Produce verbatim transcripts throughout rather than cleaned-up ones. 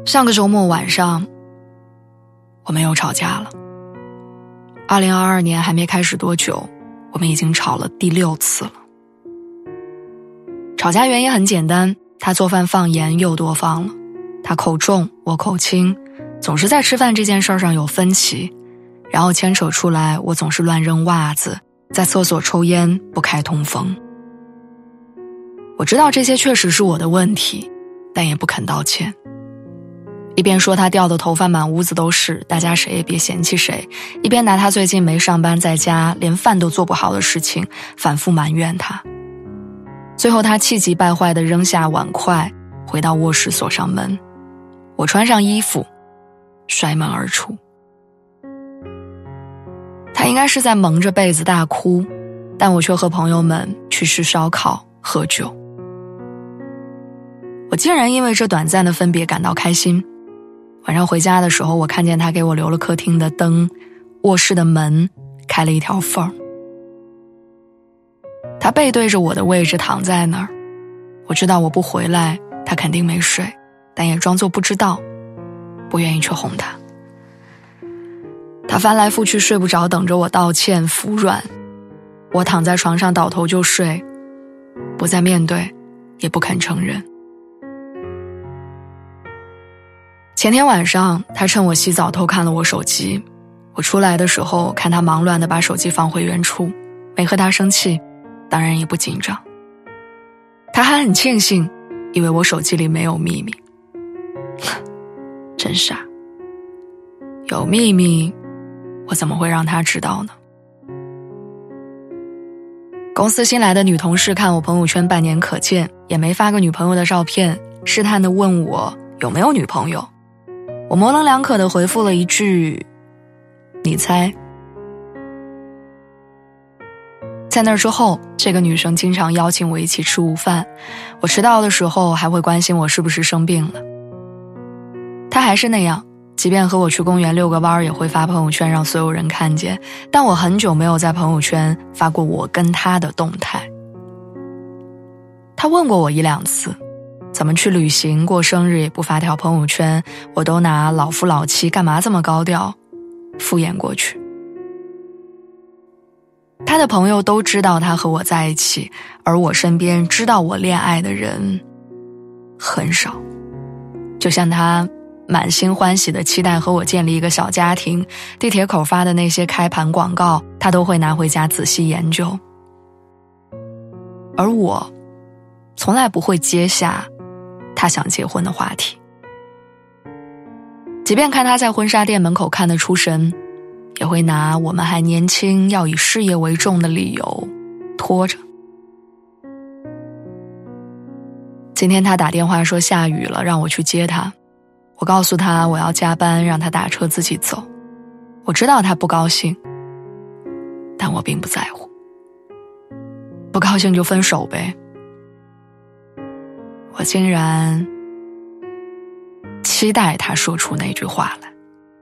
上个周末晚上，我们又吵架了。二零二二年还没开始多久，我们已经吵了第六次了。吵架原因很简单，他做饭放盐又多放了，他口重我口轻，总是在吃饭这件事上有分歧，然后牵扯出来我总是乱扔袜子，在厕所抽烟不开通风。我知道这些确实是我的问题，但也不肯道歉。一边说他掉的头发满屋子都是，大家谁也别嫌弃谁，一边拿他最近没上班在家连饭都做不好的事情反复埋怨他。最后他气急败坏地扔下碗筷，回到卧室锁上门，我穿上衣服摔门而出。他应该是在蒙着被子大哭，但我却和朋友们去吃烧烤喝酒。我竟然因为这短暂的分别感到开心。晚上回家的时候，我看见他给我留了客厅的灯，卧室的门开了一条缝儿。他背对着我的位置躺在那儿，我知道我不回来他肯定没睡，但也装作不知道，不愿意去哄他。他翻来覆去睡不着，等着我道歉服软。我躺在床上倒头就睡，不再面对，也不肯承认。前天晚上，他趁我洗澡偷看了我手机。我出来的时候，看他忙乱地把手机放回原处，没和他生气，当然也不紧张。他还很庆幸，以为我手机里没有秘密。真傻，有秘密，我怎么会让他知道呢？公司新来的女同事看我朋友圈半年可见，也没发个女朋友的照片，试探地问我有没有女朋友。我模棱两可地回复了一句，你猜。在那之后，这个女生经常邀请我一起吃午饭，我迟到的时候还会关心我是不是生病了。她还是那样，即便和我去公园遛个弯也会发朋友圈让所有人看见，但我很久没有在朋友圈发过我跟她的动态。她问过我一两次，怎么去旅行过生日也不发条朋友圈，我都拿老夫老妻干嘛这么高调敷衍过去。他的朋友都知道他和我在一起，而我身边知道我恋爱的人很少。就像他满心欢喜地期待和我建立一个小家庭，地铁口发的那些开盘广告他都会拿回家仔细研究，而我从来不会接下他想结婚的话题。即便看他在婚纱店门口看得出神，也会拿我们还年轻要以事业为重的理由拖着。今天他打电话说下雨了，让我去接他。我告诉他我要加班，让他打车自己走。我知道他不高兴，但我并不在乎。不高兴就分手呗。我竟然期待他说出那句话来。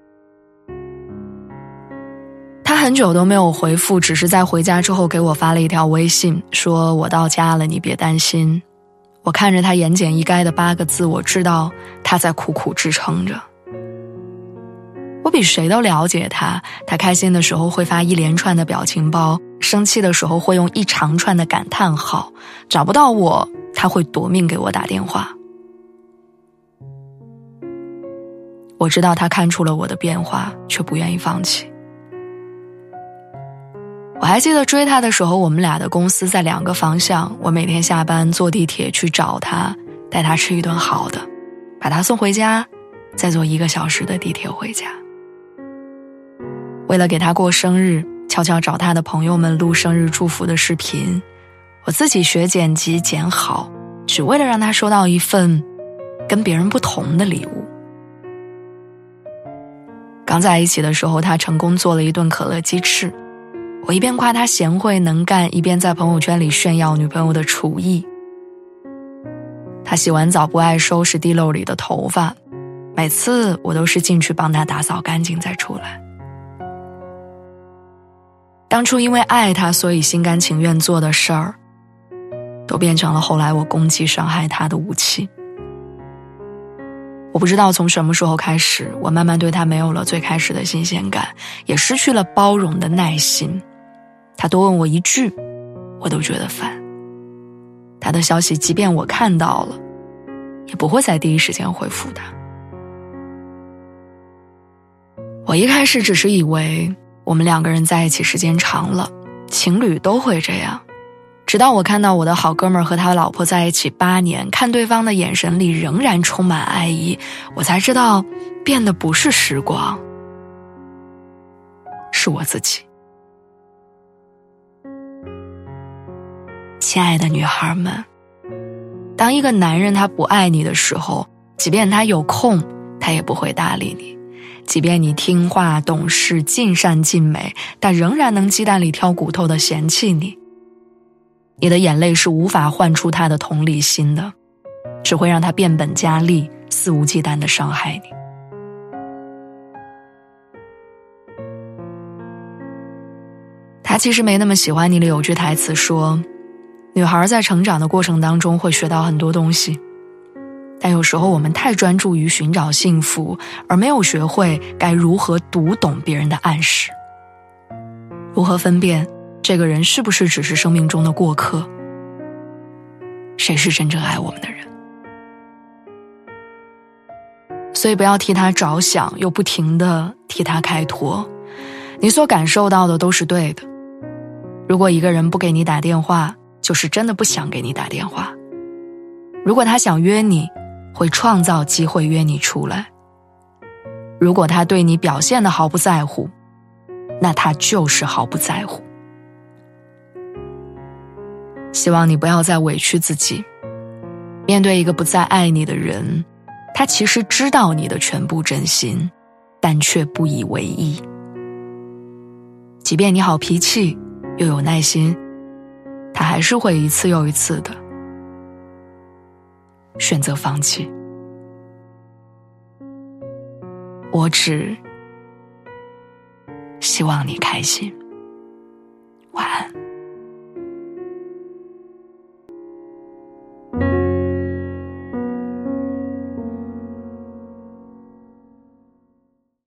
他很久都没有回复，只是在回家之后给我发了一条微信，说我到家了，你别担心。我看着他言简意赅的八个字，我知道他在苦苦支撑着。我比谁都了解他，他开心的时候会发一连串的表情包，生气的时候会用一长串的感叹号，找不到我他会夺命给我打电话。我知道他看出了我的变化，却不愿意放弃。我还记得追他的时候，我们俩的公司在两个方向，我每天下班坐地铁去找他，带他吃一顿好的，把他送回家，再坐一个小时的地铁回家。为了给他过生日，悄悄找他的朋友们录生日祝福的视频，我自己学剪辑剪好，只为了让他收到一份跟别人不同的礼物。刚在一起的时候，他成功做了一顿可乐鸡翅，我一边夸他贤惠能干，一边在朋友圈里炫耀女朋友的厨艺。他洗完澡不爱收拾地漏里的头发，每次我都是进去帮他打扫干净再出来。当初因为爱他，所以心甘情愿做的事儿，都变成了后来我攻击伤害他的武器。 我不知道从什么时候开始，我慢慢对他没有了最开始的新鲜感，也失去了包容的耐心。他多问我一句，我都觉得烦。他的消息即便我看到了，也不会在第一时间回复他。我一开始只是以为我们两个人在一起时间长了，情侣都会这样。直到我看到我的好哥们儿和他老婆在一起八年，看对方的眼神里仍然充满爱意，我才知道变的不是时光，是我自己。亲爱的女孩们，当一个男人他不爱你的时候，即便他有空，他也不会搭理你。即便你听话懂事尽善尽美，但仍然能鸡蛋里挑骨头的嫌弃你。你的眼泪是无法换出他的同理心的，只会让他变本加厉，肆无忌惮地伤害你。他其实没那么喜欢你里有句台词说，女孩在成长的过程当中会学到很多东西，但有时候我们太专注于寻找幸福，而没有学会该如何读懂别人的暗示，如何分辨这个人是不是只是生命中的过客，谁是真正爱我们的人。所以不要替他着想，又不停地替他开脱，你所感受到的都是对的。如果一个人不给你打电话，就是真的不想给你打电话。如果他想约你，会创造机会约你出来。如果他对你表现得毫不在乎，那他就是毫不在乎。希望你不要再委屈自己，面对一个不再爱你的人，他其实知道你的全部真心，但却不以为意。即便你好脾气又有耐心，他还是会一次又一次的选择放弃。我只希望你开心。晚安。